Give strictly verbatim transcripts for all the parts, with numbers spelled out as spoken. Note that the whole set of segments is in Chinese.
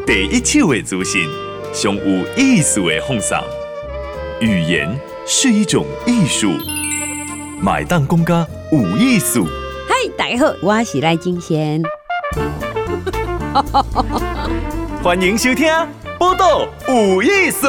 第一手的资讯，上有意思的放送。语言是一种艺术，买当讲甲有意思。 嗨，大家好，我是赖金贤。 欢迎收听《报道有意思》。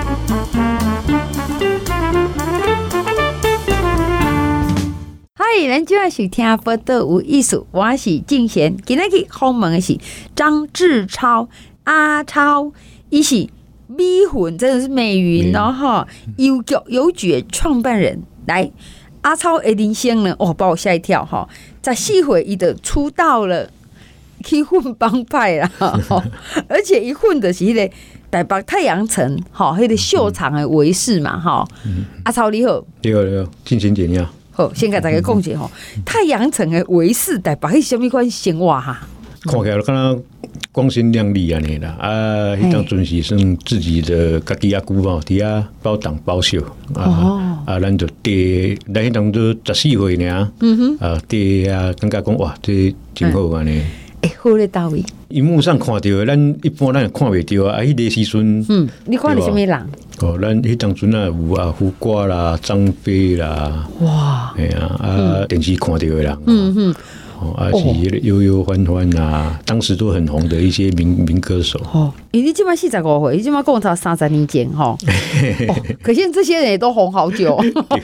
嗨，咱今仔是听《报道有意思》，我是金贤。今天去访问的是张志超阿超，伊是美魂，真的是美云哦哈！有剧有剧创办人来。阿超的人生呢，哦，把我吓一跳哈！在四岁伊就出道了，去混帮派啦，而且一混的是迄个台北太阳城，哈，迄个秀场的卫视嘛，哈。阿超你好， 你好你好，进行点样？ 好，先给大家讲一下吼，太阳城的卫视台北迄什么款生活哈？ 看起来敢若光鲜亮丽安尼啦，啊，迄当阵是算自己的家己阿姑吼，伫遐包档包宿啊，啊，咱就爹，咱迄当都十四岁尔，嗯哼，啊，爹啊，感觉讲哇，这真好安尼。 哎，好咧，到位。 荧幕上看到的，咱一般咱也看袂到啊。啊，迄个时阵， 嗯，你看到什么人？ 哦，咱迄当阵啊，有啊，胡瓜啦、张飞啦，哇，哎呀，啊，电视看到的人，嗯哼。哦，啊是悠悠欢欢啊，当时都很红的一些民民歌手。哦， 你今麦四十五岁，你今麦跟我差三十年前哈。哦，可见这些人也都红好久。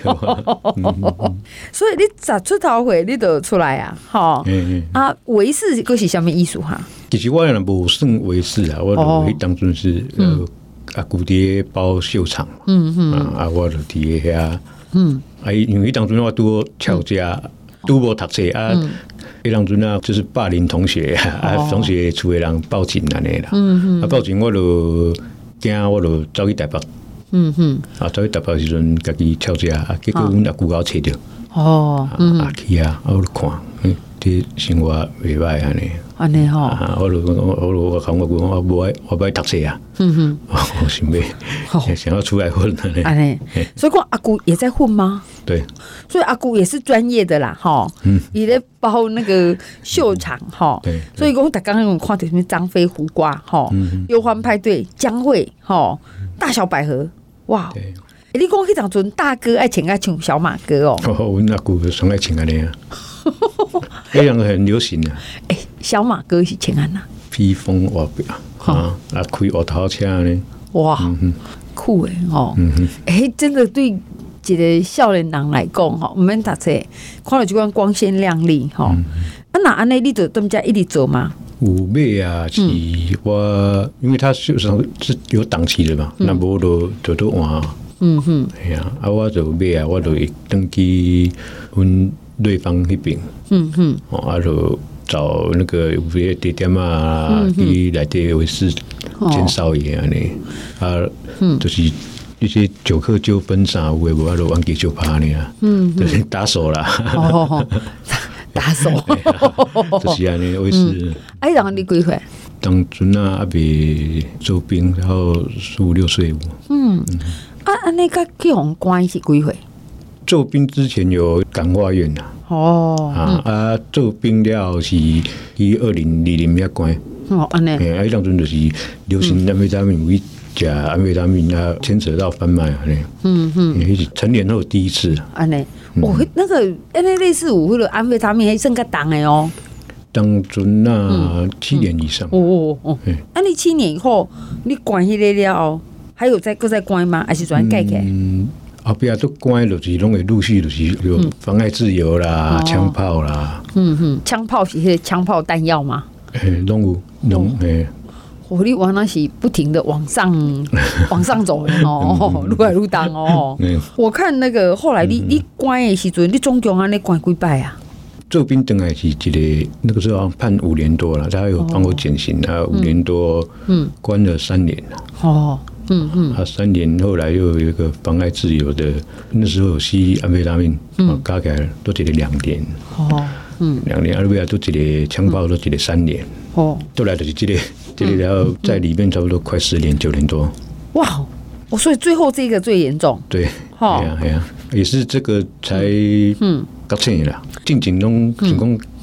所以你十出头岁你就出来啊，哈。啊，卫视佫是什么意思哈？ 其实我也无算卫视啊，我迄当阵是呃啊，古蝶包秀场，嗯嗯，啊，我就伫遐，嗯，啊，因为迄当阵我拄翘家。拄无读册啊，迄当阵啊，就是霸凌同学啊，同学厝诶人报警安尼啦，啊报警我就惊，我就走去台北，嗯哼，啊走去台北时阵，家己翘家啊，结果阮阿舅甲找着，哦，啊去啊，我就看，嗯，这生活袂歹安尼。 安尼吼， 我就我我我讲我讲我不爱我不爱读册啊，嗯哼，我想要想要出来混了。 安尼，所以讲阿姑也在混吗？ 对， 所以阿姑也是专业的啦，哈，嗯，也在包那个秀场，哈，对，所以讲大刚刚看到什么张飞、胡瓜，哈，忧欢派对、江蕙，哈，大小百合，哇，欸，你讲迄当阵大哥爱请爱唱小马哥哦， 哦，阮阿姑上爱请安尼啊。那两个很流行的、啊。 哎、欸，小马哥是请安呐， 披风外表啊，啊，开奥头车呢。哇，嗯、 酷诶哦。嗯哼，哎、欸，真的对一个少年人来讲吼，唔免读册，看到这款光鲜亮丽吼。嗯、啊，那安尼你就踮遮一直做吗？ 有买啊，是我，因为他是是有档期的嘛，那无就就都换。嗯哼，系啊，啊，我就买啊，我就会登记阮。对方那边，嗯哼，哦，啊就找那个有些地点啊，去来这卫视见少爷啊，尼啊，就是一些酒客纠纷啥，有诶无啊，就忘记酒趴呢啊，嗯，就是打手啦， 哦，打手， 就是安尼卫视。 哎，然后你几岁？ 当阵啊，阿伯做兵，然后十五六岁。嗯， 啊，安尼甲去红关是几岁？ 做兵之前有感化院呐，哦，啊啊，做兵了是去二零二零遐关，哦，安尼，哎，迄当阵就是流行安非他命，有食安非他命啊，牵扯到贩卖安尼，嗯嗯，迄是成年后第一次， 安尼，哦，那个安尼类似有迄个安非他命，还算较重的哦， 当阵啊，七年以上， 哦哦哦，啊，你七年以后你关迄个了，还有再搁再关吗？还是转改起来？ 后壁都关，就是拢会陆续就是有妨碍自由啦、枪、嗯、炮啦。 嗯哼，枪炮是迄个枪炮弹药吗？ 诶、欸，拢有，拢诶。 火力往那是不停的往上往上走的哦，愈来愈重哦。嗯、我看那个后来你、嗯、你关的时阵，你总共安尼关几摆啊？ 做兵等来是一个那个时候判五年多了，他有帮我减刑啊，五年多，嗯，关了三年了。哦。嗯嗯，啊，三年后来又有一个妨碍自由的，那时候有吸安非他命，嗯，加起来都一个两年，哦，嗯，两年，阿尾啊都一个枪炮都一个三年，哦，后来就是这个，这个然后在里面差不多快十年九年多， 哇，哦，所以最后这个最严重， 对，哎呀哎呀，也是这个才嗯搞成啦，进警中警工嗯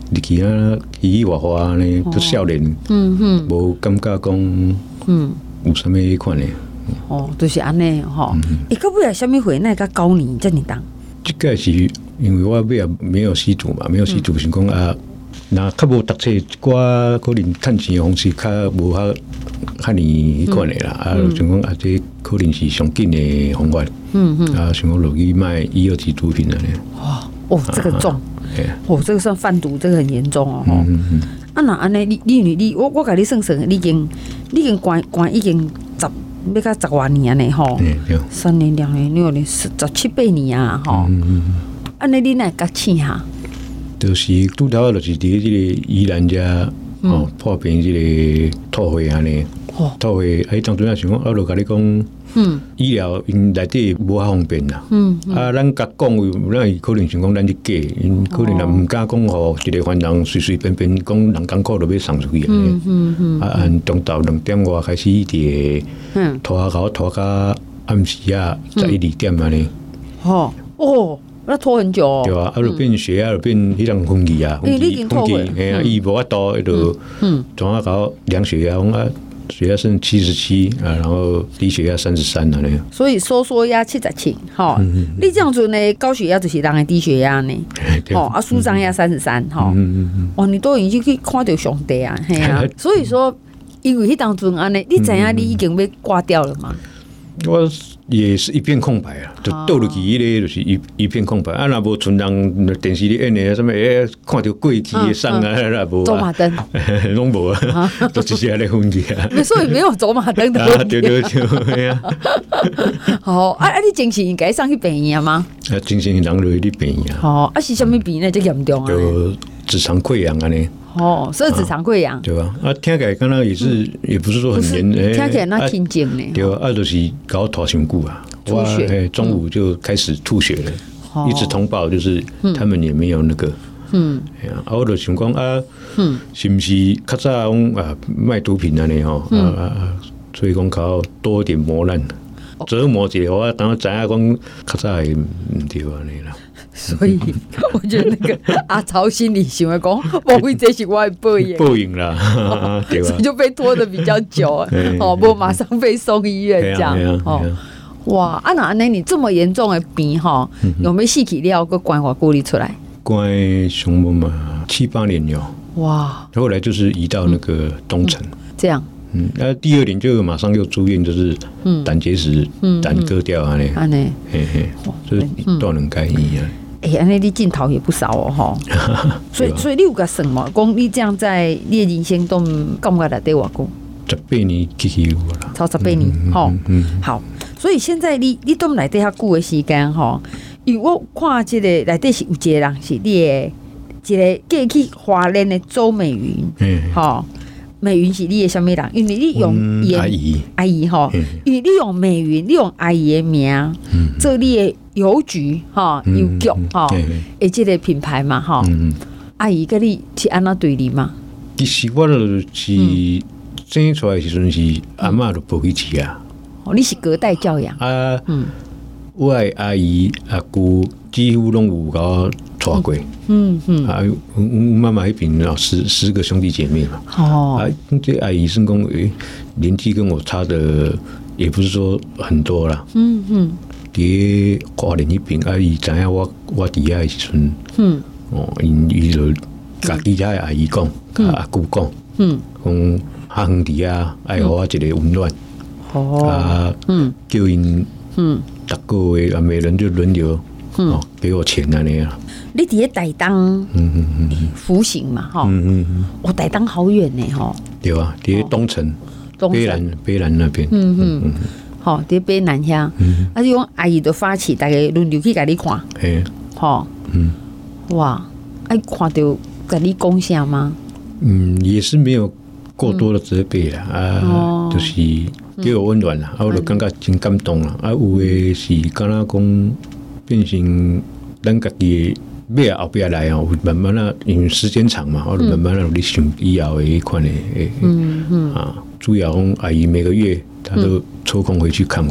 入去啊，喜喜活活呢，都少年，嗯嗯，无感觉讲，嗯，有啥物款呢？ 哦，就是安尼吼。伊到尾啊，什么会那个九年这么长？ 这个是因为我尾啊没有吸毒嘛，没有吸毒，想讲啊，那较无读册，一寡可能趁钱方式较无较较尼迄款的啦。啊，想讲啊，这可能是上紧的方法。嗯嗯。啊，想讲落去卖一二级毒品了呢。 哇哦，这个重。哦，这个算贩毒，这个很严重哦。嗯嗯嗯。啊，那安尼，你你你我我甲你算算，你已经你已经关关已经十要到十外年呢吼。嗯，对。三年、两年、六年、十十七八年啊吼。嗯嗯嗯。安尼你哪会觉醒哈？ 就是拄头就是伫即个宜兰遮哦破病即个吐血安尼。哦。吐血，喺当中啊想讲，我就甲你讲。嗯，医疗因内底无遐方便啦。嗯，嗯啊，咱甲讲，咱可能想讲咱去假，因可能也毋敢讲吼，一个犯人随随便便讲人艰苦就要送出去安尼。嗯嗯嗯。啊，按中昼两点外开始伫个拖下搞拖到暗时啊十一二点安尼。 哦哦，那拖很久哦。 对啊，啊就变血啊，就变迄种昏厥啊， 昏厥昏厥， 嘿啊，伊无法度，迄就嗯，总啊搞量血压，讲啊。血压剩七十七啊，然后低血压三十三了呢。 所以收缩压七十七，哈、嗯嗯，你这样子呢，高血压就是人的低血压呢，哦，啊，舒张压三十三，哈，哦，你都已经去看到上帝啊，嘿啊，所以说，因为迄当阵安尼，你知影你已经被挂掉了吗？ 我也是一片空白啊，就倒落去迄个就是一一片空白。啊，若无像人电视里演的什么，哎，看到过去的伤啊，那无走马灯， 拢无啊，都只是咧昏厥啊。 所以没有走马灯的问题。对对对，啊。 好，啊啊，你精神应该上去病院吗？ 啊，精神人落去病院。 哦，啊是什么病呢？这严重啊？ 就直肠溃疡安尼。 哦，所以直肠溃疡， 对吧？啊，听起来刚刚也是，也不是说很严， 听起来那挺紧呢。 对啊，啊，就是搞拖伤久啊， 吐血， 中午就开始吐血了，一直通报，就是他们也没有那个，嗯，啊，我就想讲啊，嗯，是不是较早讲啊卖毒品安尼吼，啊啊，所以讲靠多一点磨难，折磨一下，我当我知影讲较早也唔对安尼啦。 所以我觉得那个阿曹心里想要讲，莫非这是我的报应？ 报应啦，对吧？ 所以就被拖得比较久，哦，不马上被送医院这样，哦，哇，啊那那你这么严重的病哈，有没有细体料个关我过滤出来？ 关熊猫嘛，七八年有，哇，后来就是移到那个东城， 这样。 嗯，那第二年就马上又住院，就是胆结石、胆割掉啊，那，那，嘿嘿，就是都能改医啊。 哎、欸，安尼你镜头也不少哦，哈。所以，所以你有个什么？讲你这样在你的人生都感觉来对我讲， 十八年起起有啦， 超十八年，哈、嗯嗯嗯。好，所以现在你你都来对遐久的时间哈，因为我看这个内底是有一个人是你的一个过去华联的周美云，嗯，哈。美云是你的什么人？因为你用嗯、阿姨阿姨哈，因为你用美云，你用阿姨的名，嗯、做你的邮局哈、邮局哈，诶，这个品牌嘛哈。嗯、阿姨跟你是安怎对你嘛？ 其实我就是生出来的时阵是阿嬷就抱起饲啊。 哦，你是隔代教养啊？嗯，我的阿姨阿姑几乎拢有甲我带过。嗯嗯，啊，我妈妈那边有十十个兄弟姐妹嘛。哦，啊，这阿姨是讲，诶，年纪跟我差的也不是说很多啦。嗯嗯，伫花莲那边，阿姨知影我我伫遐的时阵，嗯，哦，因伊就甲其他的阿姨讲，甲阿姑讲，嗯，讲阿远伫遐爱互我一个温暖。哦，啊，嗯，叫因，嗯，逐个月啊，每人就轮流，哦，给我钱安尼啊。 你伫咧台东服刑嘛？哈，我台东好远呢，哈。 对啊，伫咧东城、北南、北南那边。嗯嗯， 好，伫北南遐。啊，就讲阿姨就发起，大家轮流去甲你看。嘿，好，嗯，哇，爱看到甲你讲啥吗？ 嗯，也是没有过多的责备啦，啊，就是给我温暖啦，啊，我就感觉真感动啦。啊，有诶是敢若讲变成咱家己。尾后壁来哦，慢慢啊，因为时间长嘛，我就慢慢啊，你想以后的迄款的，嗯嗯啊，主要讲阿姨每个月她都抽空回去看我，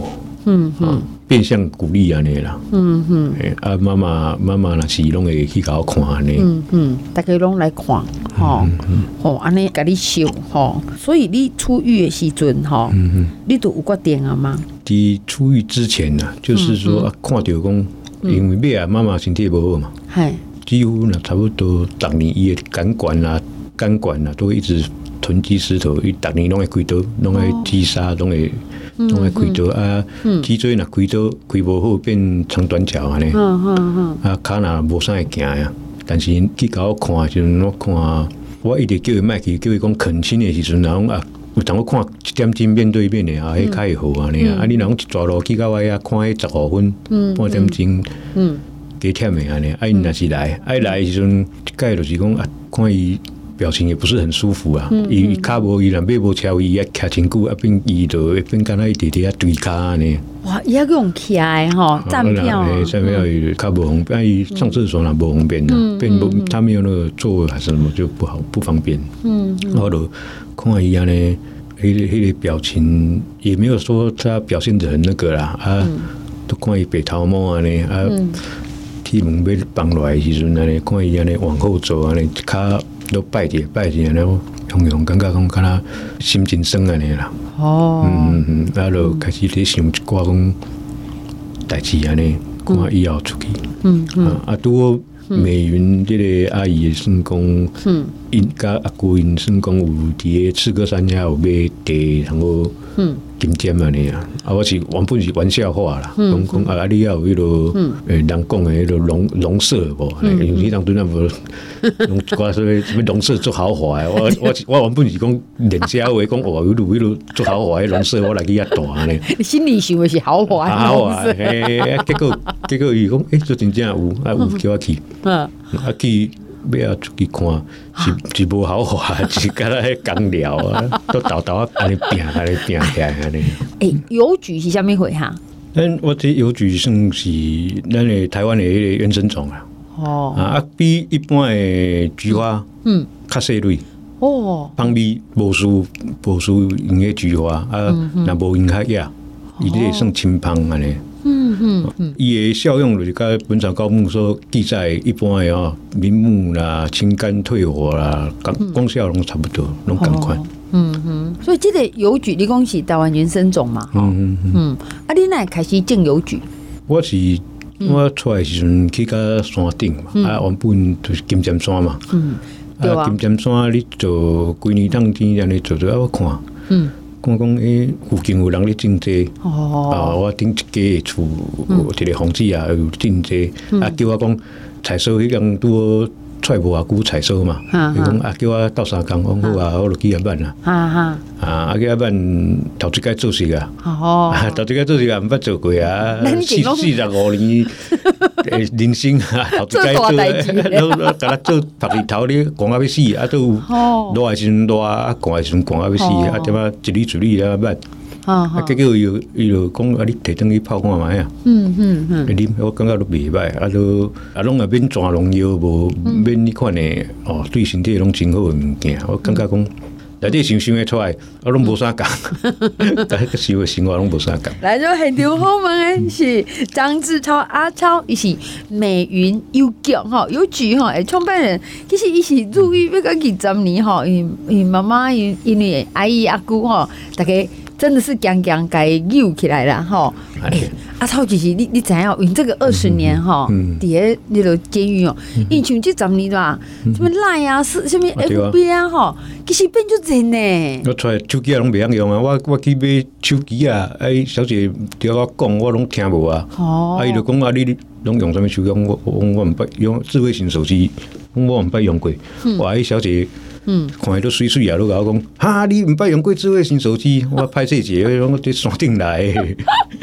嗯嗯，变相鼓励安尼啦，嗯嗯，啊妈妈妈妈若是拢会去甲我看安尼， 嗯嗯，大家拢来看，吼，吼安尼甲你收吼，所以你出狱的时阵吼，嗯嗯，你都有决定啊吗？ 伫出狱之前呐，就是说啊，看到讲，因为尾啊妈妈身体无好嘛， 系， 几乎呢差不多逐年伊的肝管啊、肝管啊都会一直囤积石头，伊逐年拢会开刀，拢会击杀，拢会。拢会开刀啊，脊椎若开刀开无好变长短脚安尼，啊骹若无啥会行呀。但是去甲我看的时阵，我看我一直叫伊莫去，叫伊讲恳亲的时阵，然后啊有当我看一点钟面对面的啊，迄较会好安尼啊。啊，你若一抓落去到我遐看迄十五分半点钟，加忝的安尼。啊，伊若是来，啊来的时阵，一概就是讲啊，看伊。表情也不是很舒服啊，伊骹无伊若马无超伊啊，徛真久啊，变伊就变敢若一直直啊对骹安尼。 哇，伊还用徛诶吼，站票， 站票伊较无方便，伊上厕所若无方便啊，变无他没有那个座位还是什么就不好不方便。嗯，我就看伊安尼，迄个迄个表情也没有说他表现得很那个啦啊，都看伊白头毛安尼啊，铁门要放落来时阵安尼，看伊安尼往后走安尼，骹。都拜者拜者，然后用用感觉讲，敢若心真酸安尼啦。哦，嗯嗯嗯，啊，就开始咧想一寡讲代志安尼，看以后出去。嗯嗯，啊，拄好美云这个阿姨算讲，嗯，因甲阿姑因算讲有伫个刺哥山遐有买地，然后嗯，金针安尼啊。啊，我是原本是玩笑话啦，讲讲啊，你要有迄落诶人讲诶迄落农农舍无？因为迄当阵啊无，用一寡说什么农舍做豪华诶。我我我原本是讲练笑话，讲哦，迄落迄落做豪华诶农舍，我来去遐住安尼。 你心里想诶是豪华诶农舍， 诶，结果结果伊讲诶，做真正有啊有叫我去，啊去。要出去看，是是无豪华，是敢若迄工寮啊，都豆豆啊，安尼拼，安尼拼起来安尼。 诶，邮局是啥物货哈？ 咱我这邮局算是咱的台湾的迄个原生种啊。哦。啊，比一般的菊花，嗯，较细蕊。哦。芳味无输无输因个菊花啊，若无因较野，伊这算清芳安尼。嗯嗯嗯，伊的效用就是甲《本草纲目》所记载一般的哦，明目啦、清肝退火啦，功效拢差不多，拢共款。 嗯哼，所以这个邮局你讲是台湾原生种嘛？嗯嗯嗯。啊，你哪开始种邮局？ 我是我出来时阵去到山顶嘛，啊，原本就是金针山嘛。嗯，啊，金针山你做规年当天安尼做做啊，我看。嗯。讲讲诶，附近有人咧种这，啊，我顶一家诶厝，一个房子啊有种这，啊叫我讲采收迄样拄出无偌久采收嘛，伊讲啊叫我斗相共，讲好啊，我就去遐办啦，啊啊去遐办头一届做事啊，头一届做事啊，毋捌做过啊，四四十五年诶人生啊，头一届做，都甲咱做白日头咧，寒啊要死，啊都热诶时阵热，啊寒诶时阵寒啊要死，啊点啊一里一里啊捌。啊！结果伊就伊就讲啊，你摕转去泡看卖啊。嗯嗯嗯。啉我感觉都袂歹，啊都啊拢也免抓农药，无免迄款诶哦，对身体拢真好诶物件。我感觉讲内底想想诶出来，我拢无啥共，但迄个想诶生活拢无啥共。 来就现场访问诶是张志超阿超，伊是美云邮局吼邮局吼诶创办人。其实伊是入狱要到二十年吼，因因妈妈因因为阿姨阿姑吼，大家。真的是强强给扭起来了哈！哎，阿超其实你你知影，因这个二十年哈，伫个那个监狱哦，因像这十年啦，什么赖啊，是什么 F B 啊哈，其实变就真呢。 我出来手机啊拢袂晓用啊，我我去买手机啊，哎，小姐对我讲，我拢听无啊。哦，啊，伊就讲啊，你拢用什么手机？我我我唔捌用智慧型手机，我唔捌用过。我哎，小姐。嗯，看伊都水水啊，都甲我讲，哈，你毋捌用过智慧型手机？我歹势者，我伫山顶来的，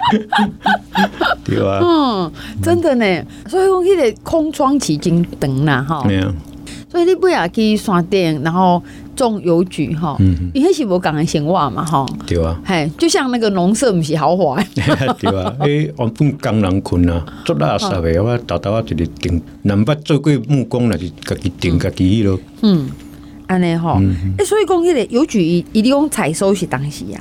对啊。 嗯，真的呢，所以讲迄个空窗期真长啦，哈。 对啊。 所以你尾仔去山顶，然后种邮局哈，伊迄是无共的生活嘛，哈。 对啊。 嘿，就像那个农舍，毋是豪华。 对啊，诶，原本工人困啊，做垃圾的，我豆豆啊一日顶，南捌做过木工，若是家己顶家己迄落。嗯。 安尼吼，诶，所以讲迄个邮局伊伊讲采收是当时啊，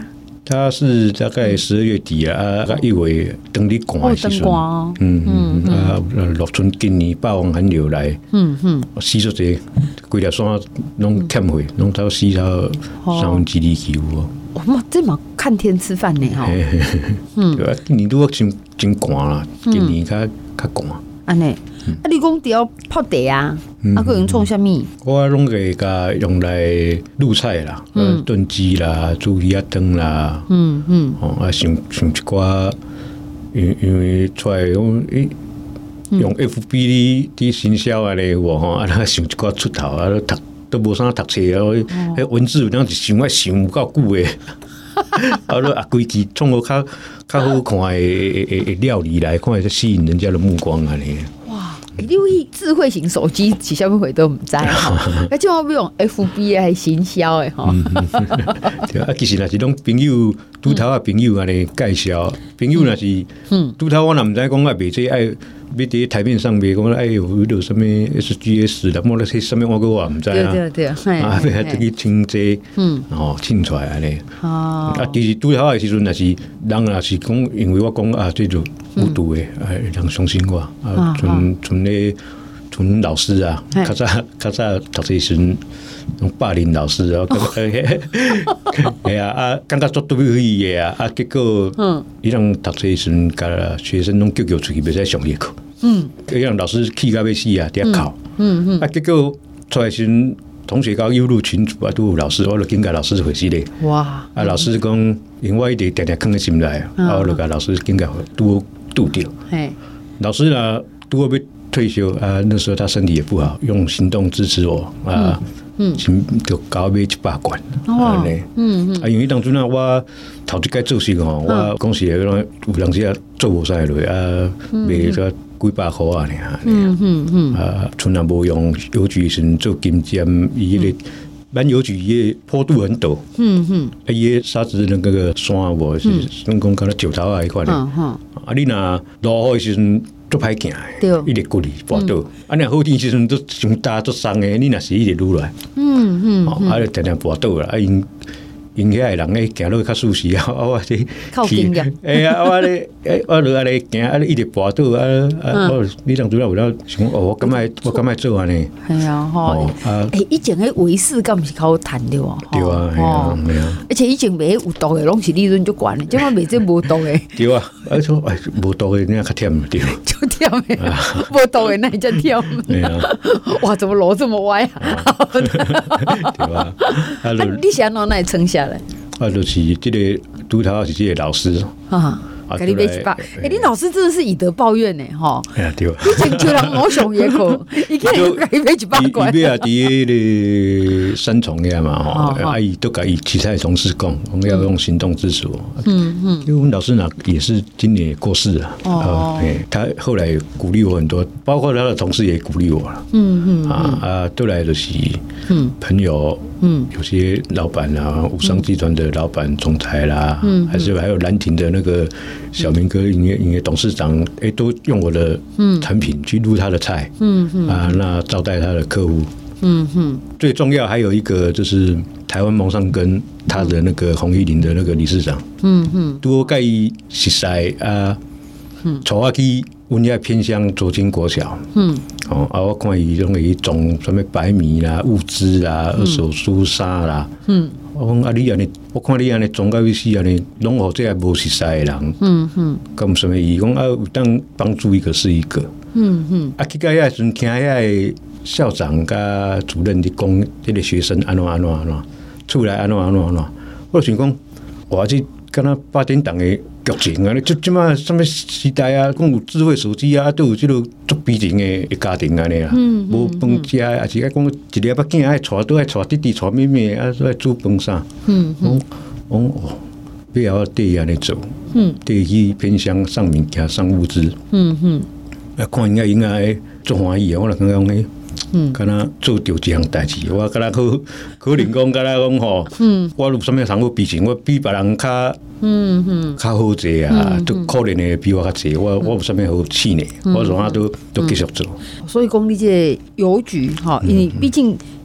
他是大概十二月底啊，啊一月等你寒的时阵， 哦， 嗯嗯啊，落春今年霸王寒流来，嗯嗯，死咗这规条山拢欠血，拢到死到三分之二起有哦。 哇，这嘛看天吃饭呢哈。 嗯，对啊，今年都真真寒啦，今年较较寒。 安尼，啊，你讲只要泡茶啊，啊，个用创啥物？ 我拢会甲用来入菜啦，嗯，炖鸡啦、煮鱼仔汤啦，嗯嗯，哦，啊，想想一寡，因因为出来用用 F B 啲行销啊咧，我吼啊，想一寡出头啊，读都无啥读册啊，迄文字有当是想啊想有够久诶。啊，啊，规矩创个较较好看的的料理来看，是吸引人家的目光啊！你哇，你有智慧型手机是啥物货都唔知哈，而且我要用 F B 来行销诶哈。 对啊，其实若是拢朋友拄头啊，朋友安尼介绍，朋友若是拄头我若唔知讲啊，卖这爱。要伫台面上面讲，哎有有到什么 S G S 啦，莫了些什么我个我唔知啊。 对对对， 啊，要还去清这，嗯，哦，清出来安尼。哦。啊，其实拄好的时阵，若是人若是讲，因为我讲啊，这就有度的，哎，人相信我啊，从从咧从老师啊，较早较早读册时阵，用霸凌老师啊，哎呀啊，感觉做对不起的啊，啊，结果，嗯，伊让读册时阵，甲学生拢叫叫出去，袂使上夜课。嗯，伊让老师气到要死啊，伫遐哭。嗯嗯，啊，结果出来时，同学搞诱入群组啊，都有老师，我就紧甲老师回事咧。哇！啊，老师讲，因为我一直定定放在心内，啊，我就甲老师紧甲拄拄掉。嘿，老师呢，拄好要退休啊，那时候他身体也不好，用行动支持我啊。嗯，就搞买一百罐，哦，嗯嗯，啊，因为当初呢，我头一届做事吼，我讲是有人时啊做无晒落啊，卖个几百块啊，尔，嗯嗯嗯，啊，村也无用邮局时做金针，伊个咱邮局伊个坡度很陡，嗯嗯，啊，伊个沙子那个山无是，算讲敢若石头啊迄款的，啊，你若落雨时阵。做歹行诶，一直骨里滑倒。啊，你好天时阵都上大做伤诶，你若是一直愈来，嗯嗯，啊，定定滑倒啦。啊，因因遐诶人诶行路较舒适啊，我这靠经验。 哎呀，我咧，哎，我落安尼行，啊，一直滑倒啊，啊，我你当初有了想，哦，我感觉我感觉做安尼。 系啊，吼，啊，诶，以前迄维士敢毋是较好谈对哦？ 对啊，系啊，系啊。 而且以前卖有毒诶，拢是利润足悬诶，即摆卖这无毒诶。 对啊，啊，说哎，无毒诶，你较忝对。 就忝诶，无毒诶，那叫忝。对啊。哇，怎么楼这么歪啊？ 对吧？ 啊，你想拿哪撑下来？ 啊，就是这个拄头是这个老师啊。 给你买一百，哎，你老师真的是以德报怨呢，哈！ 哎呀，对啊， 以前叫人我上野口，伊给你给你买一百块。 伊伊啊，伫个三重遐嘛，吼，啊，伊都甲伊其他同事讲，我们要用行动支持我。嗯嗯，因为我们老师呢也是今年也过世了，哦，哎，他后来鼓励我很多，包括他的同事也鼓励我了。嗯嗯，啊啊，都来的是嗯朋友，嗯，有些老板啊，武商集团的老板、总裁啦，嗯，还是还有兰亭的那个。小明哥，营业营业董事长，哎、欸，都用我的产品去入他的菜，嗯嗯啊，那招待他的客户，嗯嗯。最重要还有一个就是台湾蒙尚跟他的那个洪一林的那个理事长，嗯嗯，多介意熟悉啊，嗯，带我去阮遐偏乡左金国小，嗯，哦啊，我看伊拢会种什么白米啦、物资啦、二手书沙啦，嗯。我讲啊，你安尼，我看你安尼种到要死安尼，拢互这些无熟悉的人，嗯嗯，咁什么伊讲啊，有当帮助一个是一个，嗯嗯，啊，去到遐时阵听遐校长甲主任伫讲，这个学生安怎安怎安怎，出来安怎安怎安怎，我想讲，哇，这敢若八点档的剧情啊！你即即马什么时代啊？讲有智慧手机啊，都有即个足逼真的家庭安尼啦，无饭食，也是讲讲一日要囝爱带都爱带弟弟带妹妹啊，都爱煮饭啥？嗯嗯，讲哦，不要对伊安尼做，嗯，对去偏乡送物件、送物资，嗯嗯，啊，看因个因个足欢喜啊！我就感觉讲诶。嗯，敢若做着一项代志，我敢若可可能讲，敢若讲吼，嗯，我有啥物通好比情，我比别人较，嗯嗯，较好济啊，都可能的比我较济，我我有啥物好气呢？我怎啊都都继续做。 所以讲，你这邮局哈，因为毕竟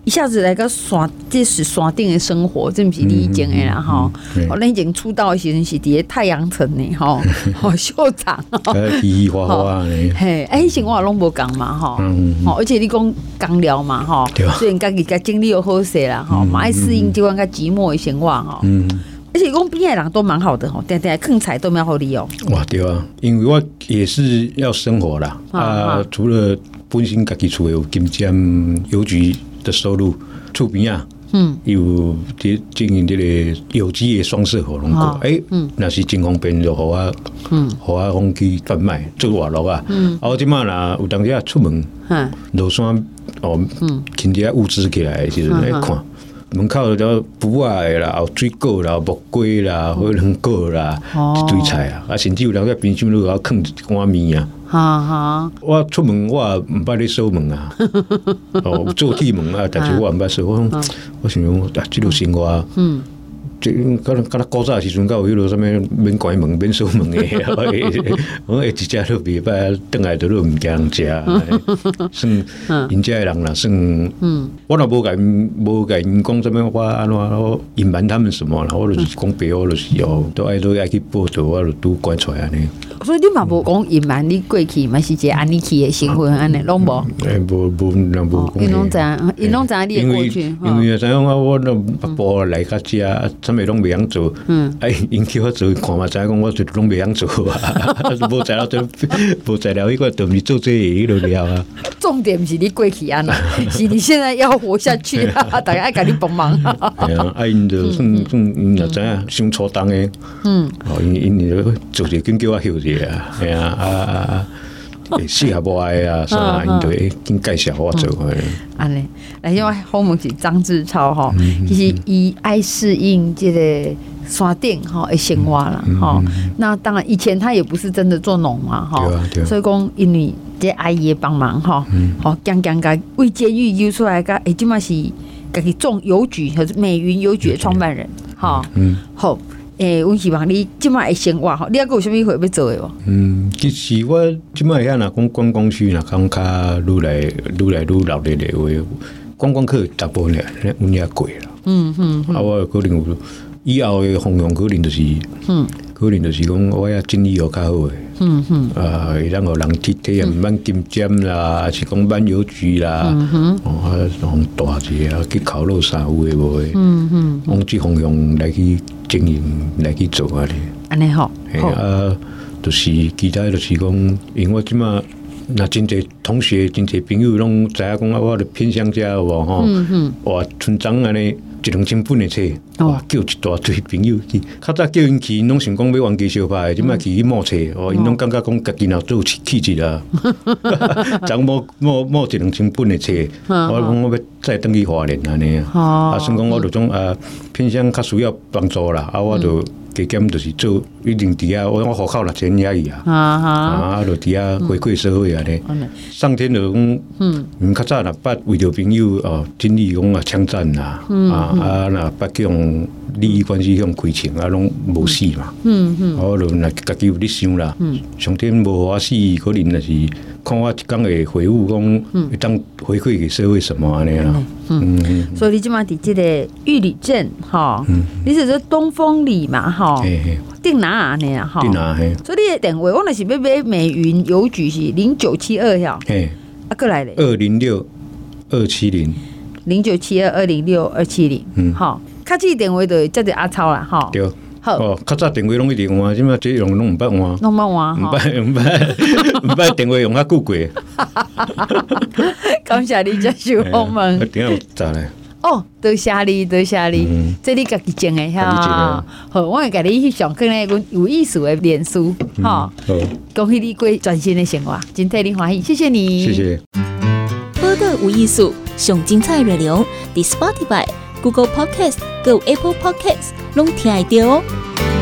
一下子来个山，这是山顶的生活，这不是你以前的啦哈。哦，咱以前出道的时阵是伫咧太阳城呢，吼，哦，秀场， 嘻嘻花花呢。 嘿，哎，以前我拢无讲嘛，吼，哦，而且你讲刚聊嘛，吼，虽然家己甲经历又好势啦，吼，嘛爱适应这款较寂寞的生活，吼。而且讲边的人都蛮好的吼，定定囥菜都蛮好利用。 哇，对啊，因为我也是要生活啦，啊，啊除了本身家己厝有金针邮局的收入，厝边啊，嗯，有伫经营这个有机的双色火龙果，哎，嗯，那是真方便，就互我，嗯，互我讲去贩卖做活络啊，嗯，啊，我即马啦有当时啊出门，嗯，落山哦，嗯，牵一下物资起来的时阵来看。门口就卜啊的啦，有水果啦，木瓜啦，火龙果啦，一堆菜啊！啊，甚至有人在冰箱里头放一碗面啊！哈哈！我出门我唔捌咧锁门啊，哦，做铁门啊，但是我唔捌锁。我我想讲，啊，这种生活，嗯，这可能可能古早时阵，有迄落什么免关门、免锁门的，我会直接都袂歹，转来都都唔惊人食，算因家的人啦，算，嗯，我若无甲因无甲因讲什么，我安怎我隐瞒他们什么啦，我就是讲白话就是哦，都爱都爱去报道，我就拄关出来安尼。 所以你嘛无讲隐瞒你过去，嘛是一个安尼去的身份安尼，拢无。 诶，无无人无讲。 因拢知，因拢知你的过去。 因为知影我我都北部来较遮，啥物拢袂晓做。嗯。哎，因叫我做，看嘛知影讲我就拢袂晓做啊，无材料做，无材料迄个就毋是做这迄落了啊。 重点是你过去安尼，是你现在要活下去啊！大家爱甲你帮忙。 系啊，啊因就算算因也知影想初当诶。嗯。哦，因因就做者紧叫我休者。系啊啊啊！适合我的啊，啥因就会紧介绍我做诶。 安尼，来因为后门是张志超吼，其实伊爱适应这个山顶吼的生活啦吼。那当然以前他也不是真的做农嘛吼，所以讲因为这阿姨也帮忙吼，吼讲讲个为监狱揪出来个，诶，即嘛是家己种邮局和美云邮局的创办人吼，好。诶、欸，阮希望你即摆会生活吼，你还有啥物会要做诶无？ 嗯，其实我即摆遐若讲观光区若讲较愈来愈来愈热烈诶话，观光客大部分咧阮也过啦。嗯嗯，啊，我可能有以后诶方向可能就是，嗯，可能就是讲我遐整理又较好诶。嗯嗯，啊，会当互人体体验慢金针啦，还是讲慢邮局啦，嗯哼，哦，从大只啊去烤肉啥有诶无诶。嗯嗯，往即方向来去。经营来去做啊！ 安尼好， 啊，就是其他就是讲，因为我即马那真侪同学、真侪朋友拢知影讲啊，我著偏乡家有无吼？嗯嗯，哇，村长安尼一两千本的册，哇，叫一大堆朋友去。较早叫因去，因拢想讲要冤家相拍，即马去去摸册，哦，因拢感觉讲家己若做气质啊，总摸摸摸一两千本的册，我讲我要再登去花莲安尼啊，啊，算讲我著种啊偏乡较需要帮助啦，啊，我著。加减就是做一定伫啊，我我户口六千遐去啊，啊，就伫啊回馈社会啊咧。上天就讲，嗯，较早若捌为着朋友哦，经理讲啊枪战啦，啊啊若捌去用利益关系用开枪啊，拢无死嘛。嗯嗯，我就若家己有咧想啦，上天无互我死，可能就是看我一工会回复讲，会当回馈给社会什么安尼啦。 嗯嗯，所以你即马伫即个玉里镇哈，你是说东风里嘛哈，定哪安尼啊哈， 定哪嘿。 所以你的电话我若是要买美云邮局是零九七二呀，嘿，啊过来咧， 二零六二七零零九七二二零六二七零，嗯，好，较这电话就叫做阿超啦哈， 对。哦，较早电话拢一直换，即马这用拢毋捌换， 拢捌换， 毋捌毋捌毋捌电话用较久过。 感谢你接受访问。 一定要咋咧？ 哦，多谢你，多谢你，嗯、这你家己种的哈。好，我会甲你去上课咧，阮有意思的脸书，哈、嗯。好，恭喜你过全新的生活，真替你欢喜，谢谢你。 谢谢。 报道有艺术，上精彩内容，伫 Spotify、Google Podcast、有 Apple Podcast， 拢听得到哦。